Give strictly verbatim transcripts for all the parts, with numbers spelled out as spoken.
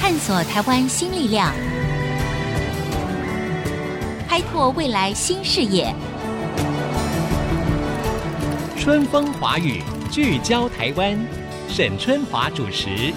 探索台湾新力量，开拓未来新视野。 春风华语，聚焦台湾，沈春华主持。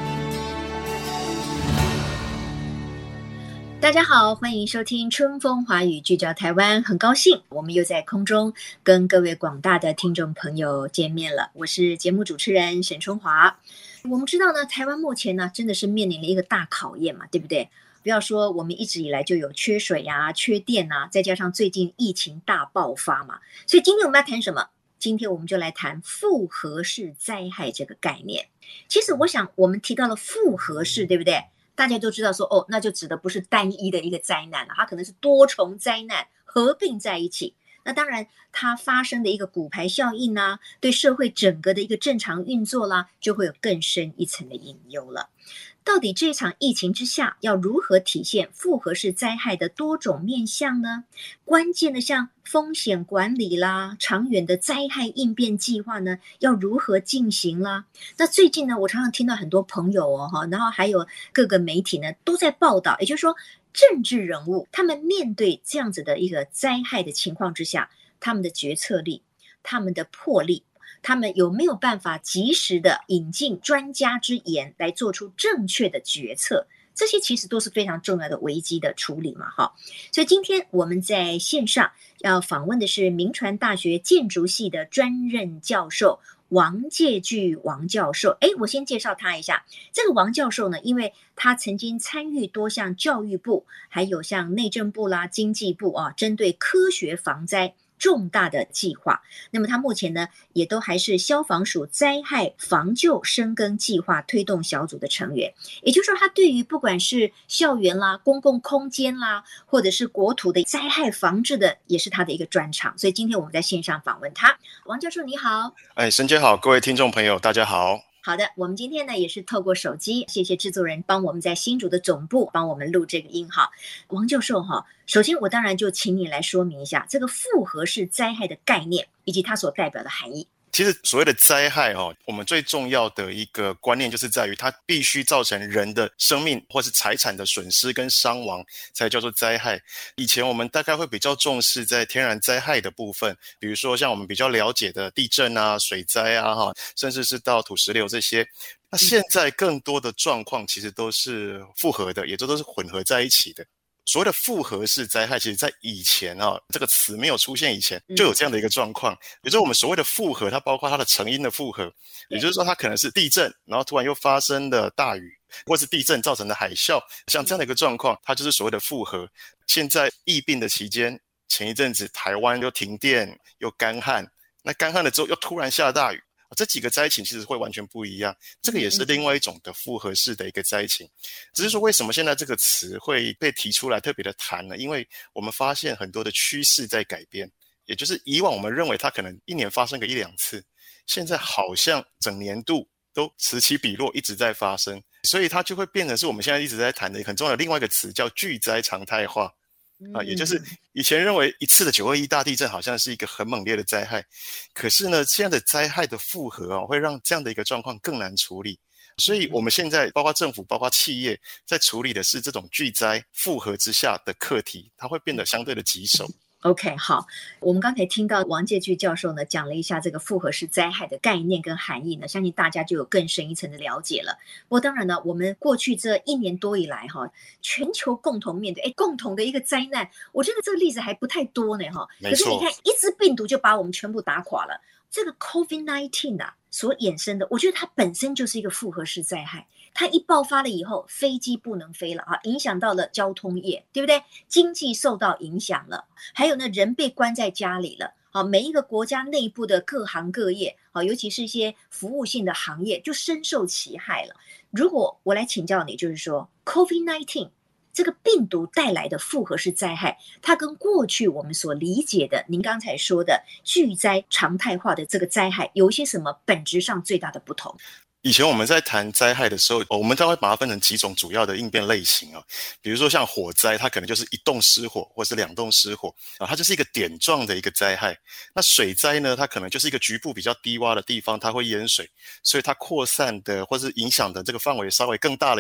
大家好，欢迎收听春风华语聚焦台湾，很高兴我们又在空中跟各位广大的听众朋友见面了。我是节目主持人沈春华。我们知道呢，台湾目前呢真的是面临了一个大考验嘛，对不对？不要说我们一直以来就有缺水啊、缺电啊，再加上最近疫情大爆发嘛，所以今天我们要谈什么？今天我们就来谈复合式灾害这个概念。其实我想我们提到了复合式，对不对？大家都知道说，哦，那就指的不是单一的一个灾难了，它可能是多重灾难合并在一起。那当然它发生的一个骨牌效应啊，对社会整个的一个正常运作啦，就会有更深一层的隐忧了。到底这场疫情之下要如何体现复合式灾害的多种面向呢？关键的像风险管理啦，长远的灾害应变计划呢，要如何进行啦？那最近呢，我常常听到很多朋友哦，然后还有各个媒体呢都在报道，也就是说政治人物他们面对这样子的一个灾害的情况之下，他们的决策力，他们的魄力，他们有没有办法及时的引进专家之言来做出正确的决策？这些其实都是非常重要的危机的处理嘛，哈。所以今天我们在线上要访问的是铭传大学建筑系的专任教授王介巨王教授。诶，我先介绍他一下。这个王教授呢，因为他曾经参与多项教育部还有像内政部啦、经济部啊，针对科学防灾重大的计划。那么他目前呢，也都还是消防署灾害防救深耕计划推动小组的成员。也就是说，他对于不管是校园啦、公共空间啦，或者是国土的灾害防治的，也是他的一个专长。所以今天我们在线上访问他。王教授你好。 哎，沈姐好，各位听众朋友大家好。 好的，我们今天呢也是透过手机，谢谢制作人帮我们在新竹的总部帮我们录这个音哈。王教授哈，首先我当然就请你来说明一下这个复合式灾害的概念以及它所代表的含义。 其实所谓的灾害哦，我们最重要的一个观念就是在于它必须造成人的生命或是财产的损失跟伤亡才叫做灾害。以前我们大概会比较重视在天然灾害的部分，比如说像我们比较了解的地震啊、水灾啊，甚至是到土石流这些。那现在更多的状况其实都是复合的，也就都是混合在一起的。所谓的复合式灾害，其实在以前啊，这个词没有出现以前就有这样的一个状况。也就是我们所谓的复合，它包括它的成因的复合，也就是说它可能是地震，然后突然又发生了大雨，或是地震造成的海啸，像这样的一个状况，它就是所谓的复合。现在疫病的期间，前一阵子台湾又停电又干旱，那干旱了之后又突然下大雨，这几个灾情其实会完全不一样，这个也是另外一种的复合式的一个灾情。只是说为什么现在这个词会被提出来特别的谈呢？因为我们发现很多的趋势在改变，也就是以往我们认为它可能一年发生个一两次，现在好像整年度都此起彼落一直在发生，所以它就会变成是我们现在一直在谈的很重要的另外一个词，叫巨灾常态化。啊，也就是以前认为一次的九二一大地震好像是一个很猛烈的灾害，可是呢，现在的灾害的复合啊，会让这样的一个状况更难处理。所以我们现在包括政府、包括企业在处理的是这种巨灾复合之下的课题，它会变得相对的棘手。 OK， 好，我们刚才听到王介巨教授呢讲了一下这个复合式灾害的概念跟含义呢，相信大家就有更深一层的了解了。不过当然呢，我们过去这一年多以来哈，全球共同面对哎共同的一个灾难，我觉得这个例子还不太多呢哈。可是你看，一只病毒就把我们全部打垮了。这个 COVID 十九 啊所衍生的，我觉得它本身就是一个复合式灾害。它一爆发了以后，飞机不能飞了啊，影响到了交通业，对不对？经济受到影响了，还有呢，人被关在家里了。好，每一个国家内部的各行各业，好，尤其是一些服务性的行业，就深受其害了。如果我来请教你，就是说 COVID 十九 这个病毒带来的复合式灾害，它跟过去我们所理解的您刚才说的巨灾常态化的这个灾害，有一些什么本质上最大的不同？ 以前我们在谈灾害的时候，我们大概会把它分成几种主要的应变类型啊。比如说像火灾，它可能就是一栋失火或是两栋失火啊，它就是一个点状的一个灾害。那水灾呢，它可能就是一个局部比较低洼的地方，它会淹水，所以它扩散的或是影响的这个范围稍微更大了一点。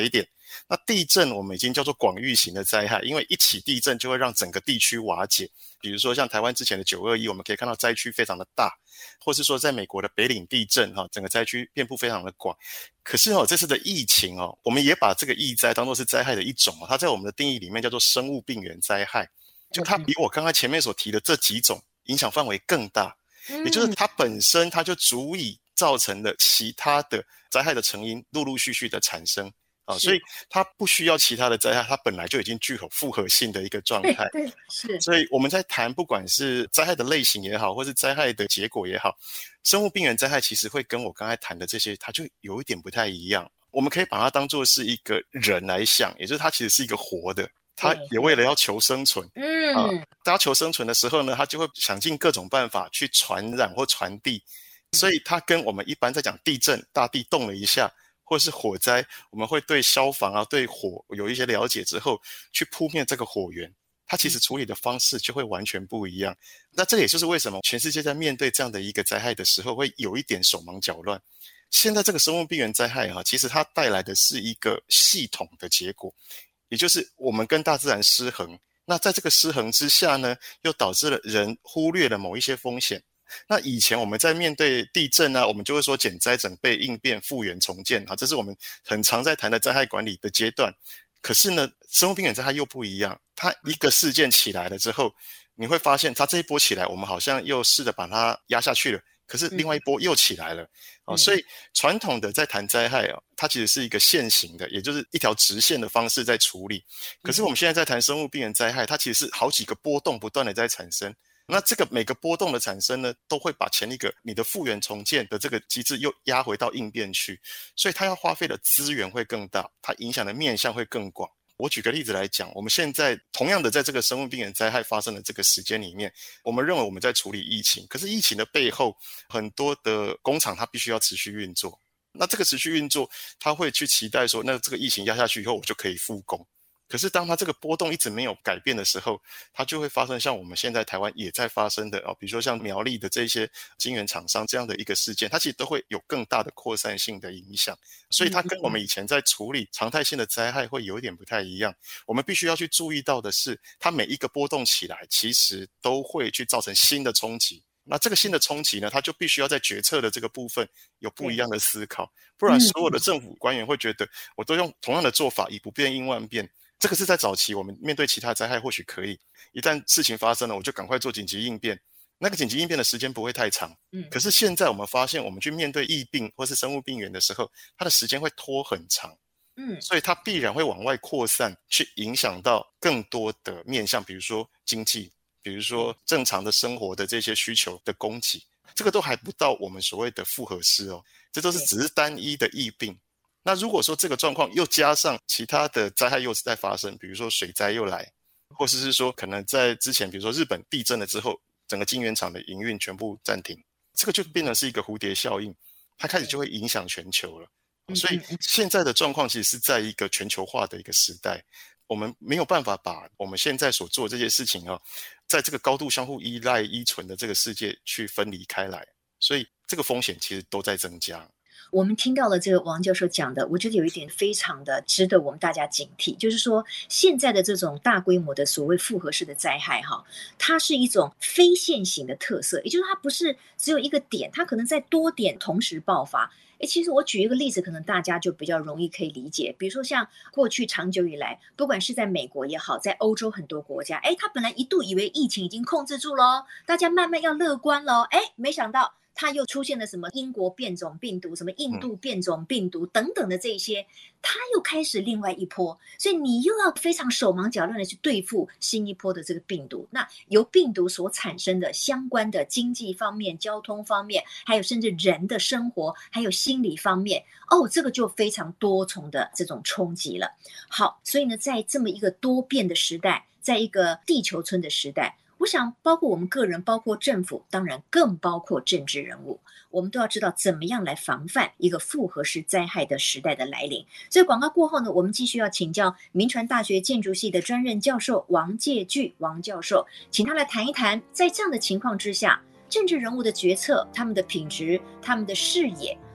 那地震我们已经叫做广域型的灾害，因为一起地震就会让整个地区瓦解。比如说像台湾之前的九二一，我们可以看到灾区非常的大，或是说在美国的北岭地震，整个灾区遍布非常的广。可是这次的疫情，我们也把这个疫灾当作是灾害的一种，它在我们的定义里面叫做生物病原灾害，就它比我刚才前面所提的这几种影响范围更大，也就是它本身它就足以造成了其他的灾害的成因陆陆续续的产生啊，所以它不需要其他的灾害，它本来就已经具有复合性的一个状态。 对，是。 所以我们在谈不管是灾害的类型也好，或是灾害的结果也好，生物病原灾害其实会跟我刚才谈的这些，它就有一点不太一样。我们可以把它当作是一个人来想，也就是它其实是一个活的。他也为了要求生存，嗯，啊，大家求生存的时候呢，他就会想尽各种办法去传染或传递，所以他跟我们一般在讲地震，大地动了一下，或是火灾，我们会对消防啊、对火有一些了解之后，去扑灭这个火源，它其实处理的方式就会完全不一样。那这也就是为什么全世界在面对这样的一个灾害的时候，会有一点手忙脚乱。现在这个生物病原灾害啊，其实它带来的是一个系统的结果。也就是我们跟大自然失衡，那在这个失衡之下呢，又导致了人忽略了某一些风险。那以前我们在面对地震啊，我们就会说减灾整备应变复原重建啊，这是我们很常在谈的灾害管理的阶段。可是呢，生物病原灾害又不一样，它一个事件起来了之后，你会发现它这一波起来，我们好像又试着把它压下去了，可是另外一波又起来了，嗯啊、所以传统的在谈灾害啊，它其实是一个线型的，也就是一条直线的方式在处理。可是我们现在在谈生物病原灾害，它其实是好几个波动不断的在产生。那这个每个波动的产生呢，都会把前一个你的复原重建的这个机制又压回到应变区，所以它要花费的资源会更大，它影响的面向会更广。我举个例子来讲，我们现在同样的在这个生物病原灾害发生的这个时间里面，我们认为我们在处理疫情，可是疫情的背后很多的工厂它必须要持续运作，那这个持续运作它会去期待说，那这个疫情压下去以后我就可以复工。可是当它这个波动一直没有改变的时候，它就会发生像我们现在台湾也在发生的、哦、比如说像苗栗的这些晶圆厂商这样的一个事件，它其实都会有更大的扩散性的影响。所以它跟我们以前在处理常态性的灾害会有一点不太一样。我们必须要去注意到的是，它每一个波动起来其实都会去造成新的冲击。那这个新的冲击呢，它就必须要在决策的这个部分有不一样的思考，不然所有的政府官员会觉得我都用同样的做法，以不变应万变。这个是在早期我们面对其他灾害或许可以，一旦事情发生了我就赶快做紧急应变，那个紧急应变的时间不会太长。可是现在我们发现我们去面对疫病或是生物病原的时候，它的时间会拖很长，所以它必然会往外扩散，去影响到更多的面向，比如说经济，比如说正常的生活的这些需求的供给，这个都还不到我们所谓的复合式哦，这都是只是单一的疫病。那如果说这个状况又加上其他的灾害又是在发生，比如说水灾又来，或者是说可能在之前比如说日本地震了之后，整个晶圆厂的营运全部暂停，这个就变成是一个蝴蝶效应，它开始就会影响全球了。所以现在的状况其实是在一个全球化的一个时代，我们没有办法把我们现在所做的这些事情啊，在这个高度相互依赖依存的这个世界去分离开来，所以这个风险其实都在增加。 我们听到了这个王教授讲的，我觉得有一点非常的值得我们大家警惕，就是说现在的这种大规模的所谓复合式的灾害哈，它是一种非线型的特色，也就是它不是只有一个点，它可能在多点同时爆发。诶，其实我举一个例子，可能大家就比较容易可以理解，比如说像过去长久以来，不管是在美国也好，在欧洲很多国家，诶，他本来一度以为疫情已经控制住了，大家慢慢要乐观了，诶，没想到它又出现了什么英国变种病毒，什么印度变种病毒等等的这些，它又开始另外一波，所以你又要非常手忙脚乱的去对付新一波的这个病毒。那由病毒所产生的相关的经济方面、交通方面，还有甚至人的生活，还有心理方面，哦，这个就非常多重的这种冲击了。好，所以呢，在这么一个多变的时代，在一个地球村的时代，我想包括我们个人，包括政府，当然更包括政治人物，我们都要知道怎么样来防范一个复合式灾害的时代的来临。所以广告过后呢，我们继续要请教铭传大学建筑系的专任教授王介巨王教授，请他来谈一谈，在这样的情况之下，政治人物的决策，他们的品质，他们的视野，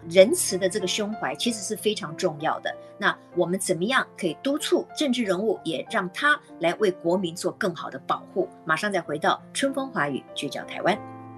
仁慈的这个胸怀其实是非常重要的。那我们怎么样可以督促政治人物，也让他来为国民做更好的保护？马上再回到春风华语，聚焦台湾。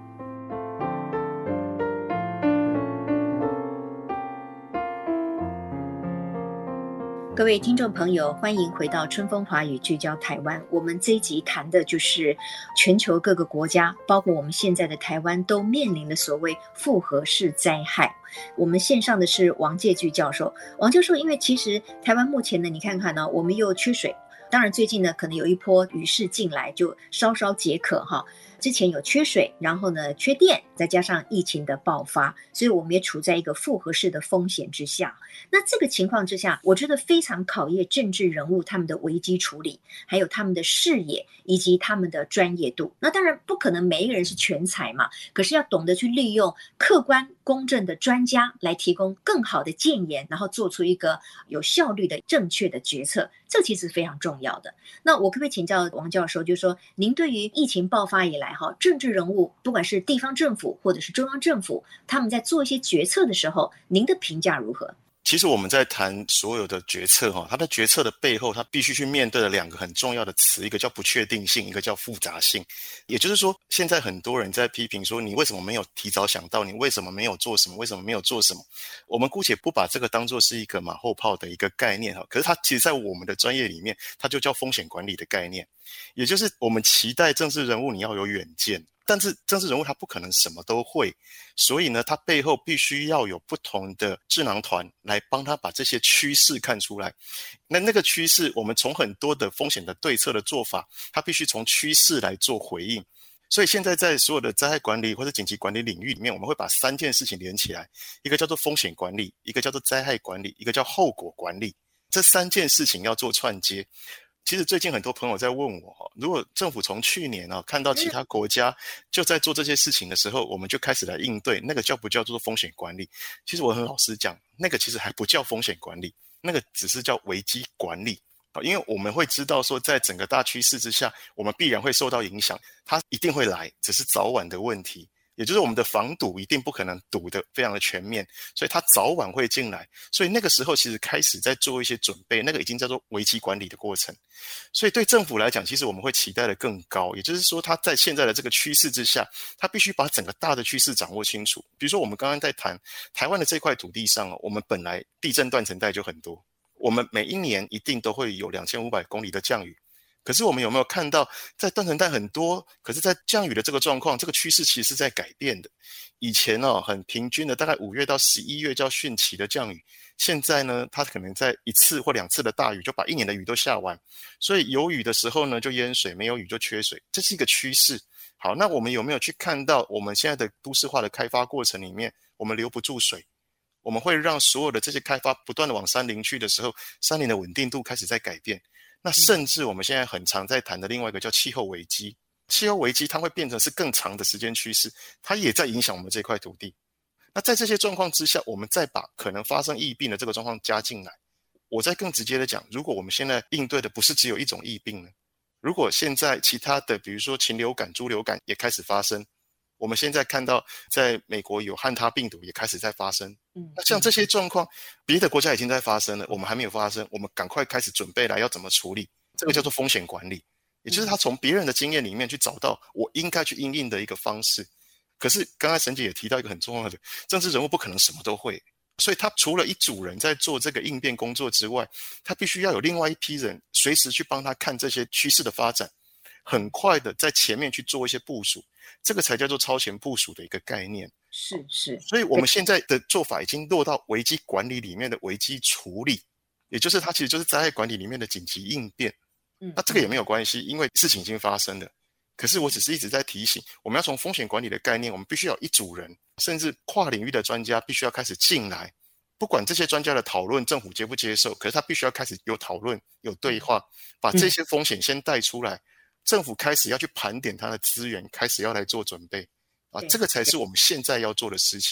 各位听众朋友，欢迎回到春风华语，聚焦台湾。我们这一集谈的就是全球各个国家，包括我们现在的台湾，都面临的所谓复合式灾害。我们线上的是王介巨教授。王教授，因为其实台湾目前呢，你看看呢，我们又缺水，当然最近呢，可能有一波雨势进来，就稍稍解渴哈。之前有缺水，然后呢缺电，再加上疫情的爆发，所以我们也处在一个复合式的风险之下。那这个情况之下，我觉得非常考验政治人物他们的危机处理，还有他们的视野以及他们的专业度。那当然不可能每一个人是全才嘛，可是要懂得去利用客观公正的专家来提供更好的建言，然后做出一个有效率的正确的决策，这其实非常重要的。那我可不可以请教王教授，就是说您对于疫情爆发以来政治人物不管是地方政府或者是中央政府，他们在做一些决策的时候，您的评价如何？ 其实我们在谈所有的决策，它的决策的背后，它必须去面对的两个很重要的词，一个叫不确定性，一个叫复杂性。也就是说，现在很多人在批评说，你为什么没有提早想到，你为什么没有做什么，为什么没有做什么。我们姑且不把这个当作是一个马后炮的一个概念，可是它其实在我们的专业里面，它就叫风险管理的概念。也就是我们期待政治人物你要有远见，但是政治人物他不可能什么都会，所以呢，他背后必须要有不同的智囊团来帮他把这些趋势看出来。那那个趋势，我们从很多的风险的对策的做法，他必须从趋势来做回应。所以现在在所有的灾害管理或者紧急管理领域里面，我们会把三件事情连起来，一个叫做风险管理，一个叫做灾害管理，一个叫后果管理。这三件事情要做串接。其实最近很多朋友在问我，如果政府从去年看到其他国家就在做这些事情的时候，我们就开始来应对，那个叫不叫做风险管理？其实我很老实讲，那个其实还不叫风险管理，那个只是叫危机管理。因为我们会知道说，在整个大趋势之下，我们必然会受到影响，它一定会来，只是早晚的问题。也就是我们的防堵一定不可能堵得非常的全面，所以它早晚会进来。所以那个时候其实开始在做一些准备，那个已经叫做危机管理的过程。所以对政府来讲，其实我们会期待的更高，也就是说它在现在的这个趋势之下，它必须把整个大的趋势掌握清楚。比如说我们刚刚在谈台湾的这块土地上，我们本来地震断层带就很多，我们每一年一定都会有两千五百公里的降雨。可是我们有没有看到，在断层带很多，可是在降雨的这个状况，这个趋势其实是在改变的。以前哦，很平均的，大概五月到十一月叫汛期的降雨，现在呢，它可能在一次或两次的大雨就把一年的雨都下完，所以有雨的时候呢就淹水，没有雨就缺水，这是一个趋势。好，那我们有没有去看到我们现在的都市化的开发过程里面，我们留不住水，我们会让所有的这些开发不断的往山林去的时候，山林的稳定度开始在改变。那甚至我们现在很常在谈的另外一个叫气候危机，气候危机它会变成是更长的时间趋势，它也在影响我们这块土地。那在这些状况之下，我们再把可能发生疫病的这个状况加进来。我再更直接的讲，如果我们现在应对的不是只有一种疫病呢？如果现在其他的比如说禽流感、猪流感也开始发生，我们现在看到在美国有汉他病毒也开始在发生，那像这些状况别的国家已经在发生了，我们还没有发生，我们赶快开始准备来要怎么处理，这个叫做风险管理。也就是他从别人的经验里面去找到我应该去因应的一个方式。可是刚才沈姐也提到一个很重要的，政治人物不可能什么都会，所以他除了一组人在做这个应变工作之外，他必须要有另外一批人随时去帮他看这些趋势的发展，很快的在前面去做一些部署，这个才叫做超前部署的一个概念。 是是， 所以我们现在的做法已经落到危机管理里面的危机处理，也就是它其实就是灾害管理里面的紧急应变。嗯，那这个也没有关系，因为事情已经发生了。可是我只是一直在提醒，我们要从风险管理的概念，我们必须要有一组人，甚至跨领域的专家必须要开始进来。不管这些专家的讨论政府接不接受，可是他必须要开始有讨论、有对话，把这些风险先带出来。政府开始要去盘点它的资源，开始要来做准备啊，这个才是我们现在要做的事情。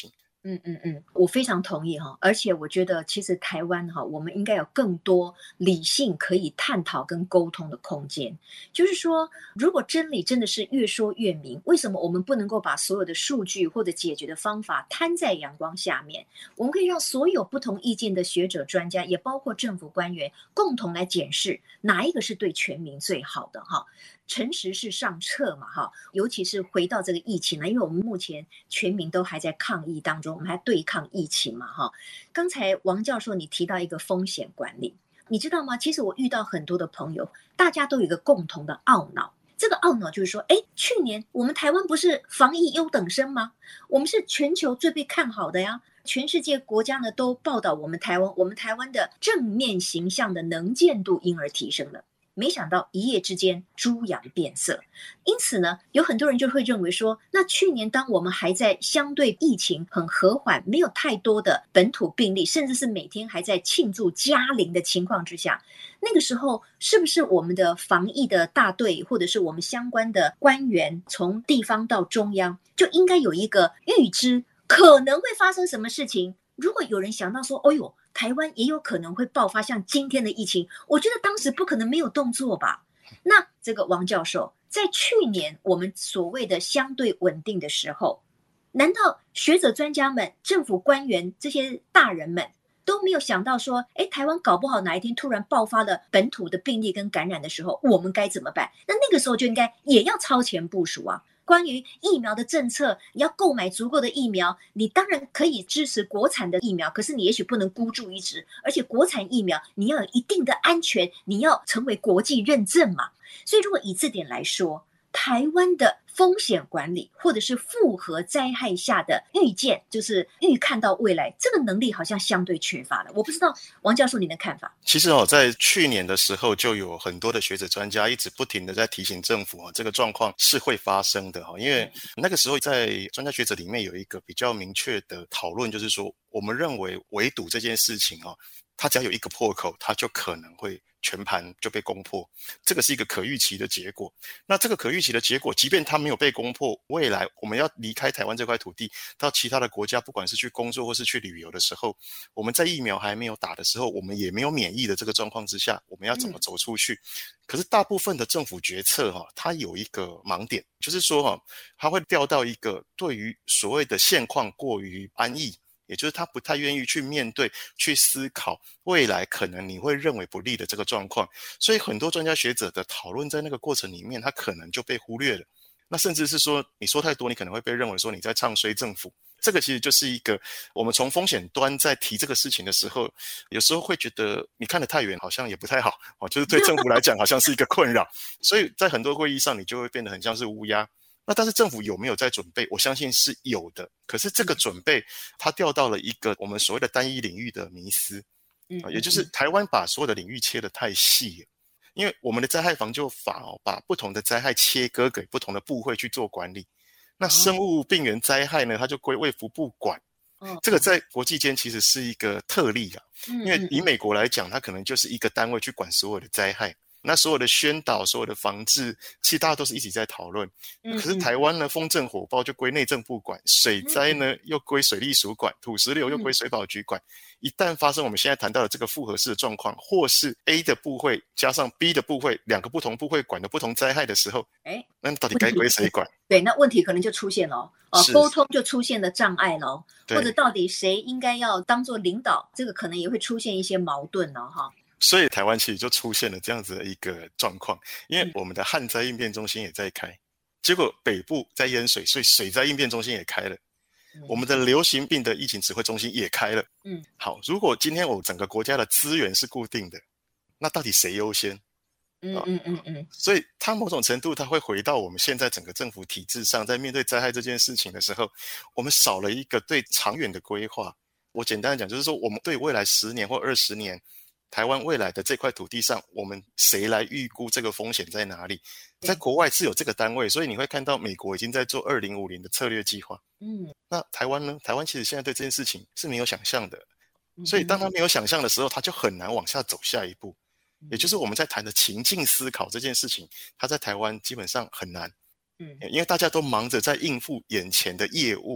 嗯嗯嗯，我非常同意哈，而且我觉得其实台湾哈，我们应该有更多理性可以探讨跟沟通的空间。就是说，如果真理真的是越说越明，为什么我们不能够把所有的数据或者解决的方法摊在阳光下面？我们可以让所有不同意见的学者、专家，也包括政府官员，共同来检视哪一个是对全民最好的哈。诚实是上策嘛哈，尤其是回到这个疫情了，因为我们目前全民都还在抗疫当中，我们还对抗疫情嘛哈。刚才王教授你提到一个风险管理，你知道吗？其实我遇到很多的朋友，大家都有一个共同的懊恼，这个懊恼就是说，哎，去年我们台湾不是防疫优等生吗？我们是全球最被看好的呀。全世界国家呢都报道我们台湾，我们台湾的正面形象的能见度因而提升了。没想到一夜之间猪羊变色，因此呢，有很多人就会认为说，那去年当我们还在相对疫情很和缓，没有太多的本土病例，甚至是每天还在庆祝加零的情况之下，那个时候是不是我们的防疫的大队，或者是我们相关的官员，从地方到中央，就应该有一个预知可能会发生什么事情？如果有人想到说，哦呦，台湾也有可能会爆发像今天的疫情，我觉得当时不可能没有动作吧。那这个王教授，在去年我们所谓的相对稳定的时候，难道学者专家们、政府官员这些大人们都没有想到说，哎，台湾搞不好哪一天突然爆发了本土的病例跟感染的时候，我们该怎么办？那那个时候就应该也要超前部署啊。关于疫苗的政策，你要购买足够的疫苗，你当然可以支持国产的疫苗，可是你也许不能孤注一掷，而且国产疫苗你要有一定的安全，你要成为国际认证嘛。所以如果以这点来说，台湾的风险管理或者是复合灾害下的预见，就是预看到未来，这个能力好像相对缺乏了。我不知道王教授你的看法。 其实哦，在去年的时候就有很多的学者专家一直不停的在提醒政府哦，这个状况是会发生的哈，因为那个时候在专家学者里面有一个比较明确的讨论，就是说我们认为围堵这件事情哦，它只要有一个破口，它就可能会全盘就被攻破，这个是一个可预期的结果。那这个可预期的结果，即便它没有被攻破，未来我们要离开台湾这块土地，到其他的国家，不管是去工作或是去旅游的时候，我们在疫苗还没有打的时候，我们也没有免疫的这个状况之下，我们要怎么走出去？嗯、可是大部分的政府决策哈、哦，它有一个盲点，就是说哈、哦，它会掉到一个对于所谓的现况过于安逸。也就是他不太愿意去面对、去思考未来可能你会认为不利的这个状况，所以很多专家学者的讨论在那个过程里面，他可能就被忽略了。那甚至是说，你说太多，你可能会被认为说你在唱衰政府。这个其实就是一个我们从风险端在提这个事情的时候，有时候会觉得你看得太远，好像也不太好，就是对政府来讲好像是一个困扰。所以在很多会议上，你就会变得很像是乌鸦。那但是政府有没有在准备？我相信是有的。可是这个准备，它掉到了一个我们所谓的单一领域的迷思，嗯，也就是台湾把所有的领域切得太细了。因为我们的灾害防救法哦，把不同的灾害切割给不同的部会去做管理。那生物病原灾害呢，它就归卫福部管。这个在国际间其实是一个特例啊，因为以美国来讲，它可能就是一个单位去管所有的灾害。那所有的宣导、所有的防治，其实大家都是一起在讨论。可是台湾呢，风震火爆就归内政部管，水灾呢又归水利署管，土石流又归水保局管。一旦发生我们现在谈到的这个复合式的状况，或是 A 的部会加上 B 的部会，两个不同部会管的不同灾害的时候，哎，那到底该归谁管？ 对，那问题可能就出现了哦，沟通就出现了障碍了，或者到底谁应该要当做领导，这个可能也会出现一些矛盾了哈。 所以台湾其实就出现了这样子的一个状况，因为我们的旱灾应变中心也在开，结果北部在淹水，所以水灾应变中心也开了，我们的流行病的疫情指挥中心也开了。嗯，好，如果今天我整个国家的资源是固定的，那到底谁优先？嗯嗯嗯嗯，所以它某种程度它会回到我们现在整个政府体制上，在面对灾害这件事情的时候，我们少了一个对长远的规划。我简单的讲，就是说我们对未来十年或二十年台湾未来的这块土地上，我们谁来预估这个风险在哪里？在国外是有这个单位，所以你会看到美国已经在做二零五零的策略计划。嗯，那台湾呢？台湾其实现在对这件事情是没有想象的，所以当他没有想象的时候，他就很难往下走下一步。也就是我们在谈的情境思考这件事情，它在台湾基本上很难。嗯，因为大家都忙着在应付眼前的业务。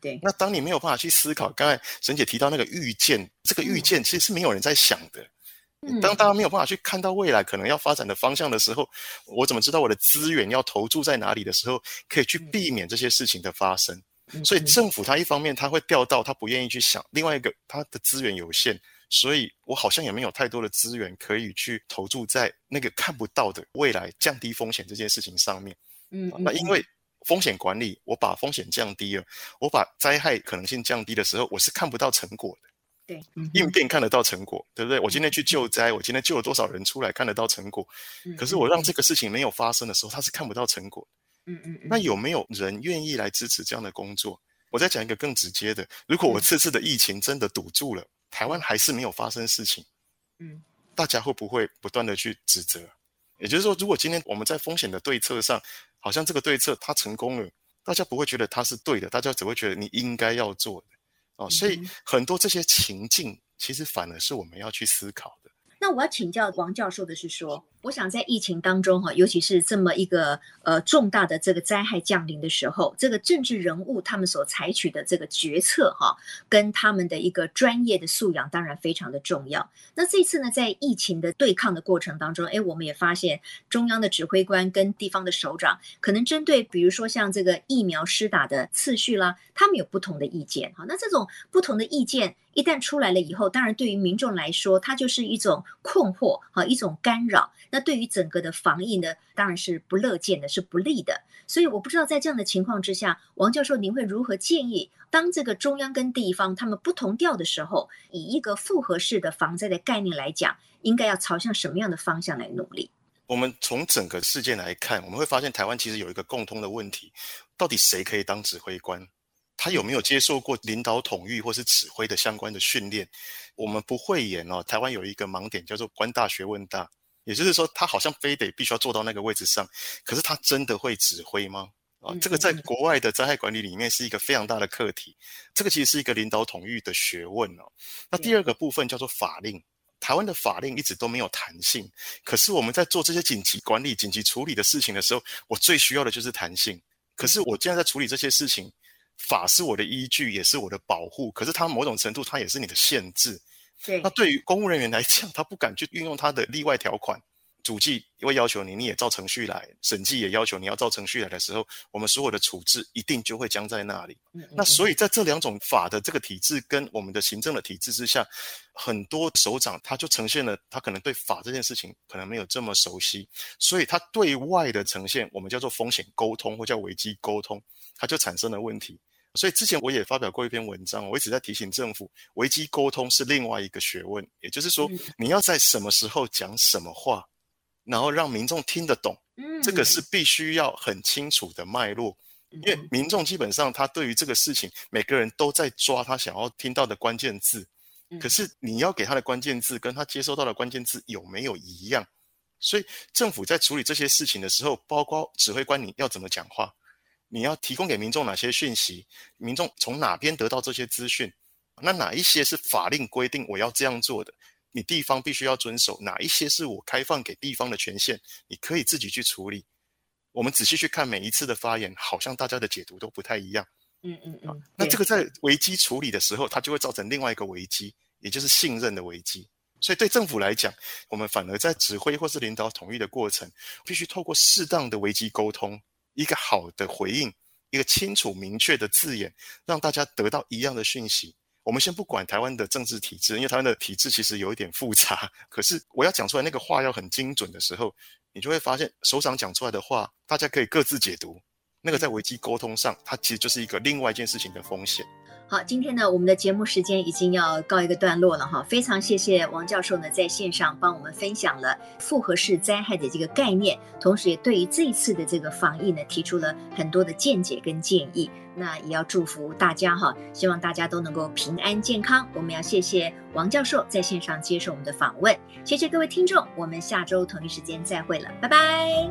对。 那当你没有办法去思考，刚才沈姐提到那个预见，这个预见其实是没有人在想的。嗯、当大家没有办法去看到未来可能要发展的方向的时候，我怎么知道我的资源要投注在哪里的时候，可以去避免这些事情的发生？嗯、所以政府它一方面它会调到，它不愿意去想；另外一个它的资源有限，所以我好像也没有太多的资源可以去投注在那个看不到的未来降低风险这件事情上面。嗯，那因为风险管理，我把风险降低了，我把灾害可能性降低的时候，我是看不到成果的。 对，嗯、 应变看得到成果，对不对？我今天去救灾，我今天救了多少人出来，看得到成果。嗯、可是我让这个事情没有发生的时候，他是看不到成果。嗯嗯嗯。那有没有人愿意来支持这样的工作？我再讲一个更直接的，如果我这次的疫情真的堵住了，嗯、台湾还是没有发生事情，嗯，大家会不会不断的去指责？也就是说，如果今天我们在风险的对策上，好像这个对策它成功了，大家不会觉得它是对的，大家只会觉得你应该要做的。哦，所以很多这些情境其实反而是我们要去思考的。 那我要请教王教授的是说，我想在疫情当中哈，尤其是这么一个呃重大的这个灾害降临的时候，这个政治人物他们所采取的这个决策哈，跟他们的一个专业的素养当然非常的重要。那这次呢，在疫情的对抗的过程当中，哎，我们也发现中央的指挥官跟地方的首长可能针对比如说像这个疫苗施打的次序啦，他们有不同的意见哈。那这种不同的意见一旦出来了以后，当然对于民众来说，它就是一种困惑哈，一种干扰。那对于整个的防疫呢，当然是不乐见的，是不利的。所以我不知道在这样的情况之下，王教授您会如何建议，当这个中央跟地方他们不同调的时候，以一个复合式的防灾的概念来讲，应该要朝向什么样的方向来努力？ 我们从整个事件来看，我们会发现台湾其实有一个共通的问题，到底谁可以当指挥官？他有没有接受过领导统御或是指挥的相关的训练？我们不讳言哦，台湾有一个盲点叫做官大学问大，也就是说他好像非得必须要坐到那个位置上，可是他真的会指挥吗？啊，这个在国外的灾害管理里面是一个非常大的课题，这个其实是一个领导统御的学问哦。那第二个部分叫做法令，台湾的法令一直都没有弹性，可是我们在做这些紧急管理、紧急处理的事情的时候，我最需要的就是弹性。可是我现在在处理这些事情，法是我的依据，也是我的保护，可是它某种程度它也是你的限制。 对， 那对于公务人员来讲，他不敢去运用他的例外条款，主计会要求你，你也照程序来，审计也要求你要照程序来的时候，我们所有的处置一定就会僵在那里。嗯嗯嗯，那所以在这两种法的这个体制跟我们的行政的体制之下，很多首长他就呈现了他可能对法这件事情可能没有这么熟悉，所以他对外的呈现我们叫做风险沟通或叫危机沟通，他就产生了问题。所以之前我也发表过一篇文章，我一直在提醒政府，危机沟通是另外一个学问，也就是说你要在什么时候讲什么话，然后让民众听得懂，这个是必须要很清楚的脉络。因为民众基本上他对于这个事情每个人都在抓他想要听到的关键字，可是你要给他的关键字跟他接收到的关键字有没有一样？所以政府在处理这些事情的时候，包括指挥官你要怎么讲话，你要提供给民众哪些讯息，民众从哪边得到这些资讯，那哪一些是法令规定我要这样做的，你地方必须要遵守，哪一些是我开放给地方的权限，你可以自己去处理。我们仔细去看每一次的发言，好像大家的解读都不太一样。嗯嗯嗯。那这个在危机处理的时候，它就会造成另外一个危机，也就是信任的危机。所以对政府来讲，我们反而在指挥或是领导统御的过程，必须透过适当的危机沟通，一个好的回应，一个清楚明确的字眼，让大家得到一样的讯息。我们先不管台湾的政治体制，因为台湾的体制其实有一点复杂，可是我要讲出来那个话要很精准的时候，你就会发现首长讲出来的话大家可以各自解读，那个在危机沟通上它其实就是一个另外一件事情的风险。 好，今天呢我们的节目时间已经要告一个段落了哈，非常谢谢王教授呢在线上帮我们分享了复合式灾害的这个概念，同时也对于这一次的这个防疫呢提出了很多的见解跟建议，那也要祝福大家哈，希望大家都能够平安健康。我们要谢谢王教授在线上接受我们的访问，谢谢各位听众，我们下周同一时间再会了，拜拜。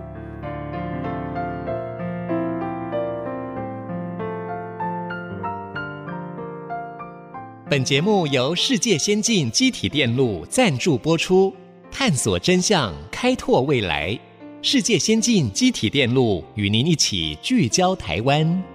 本节目由世界先进机体电路赞助播出，探索真相，开拓未来。世界先进机体电路与您一起聚焦台湾。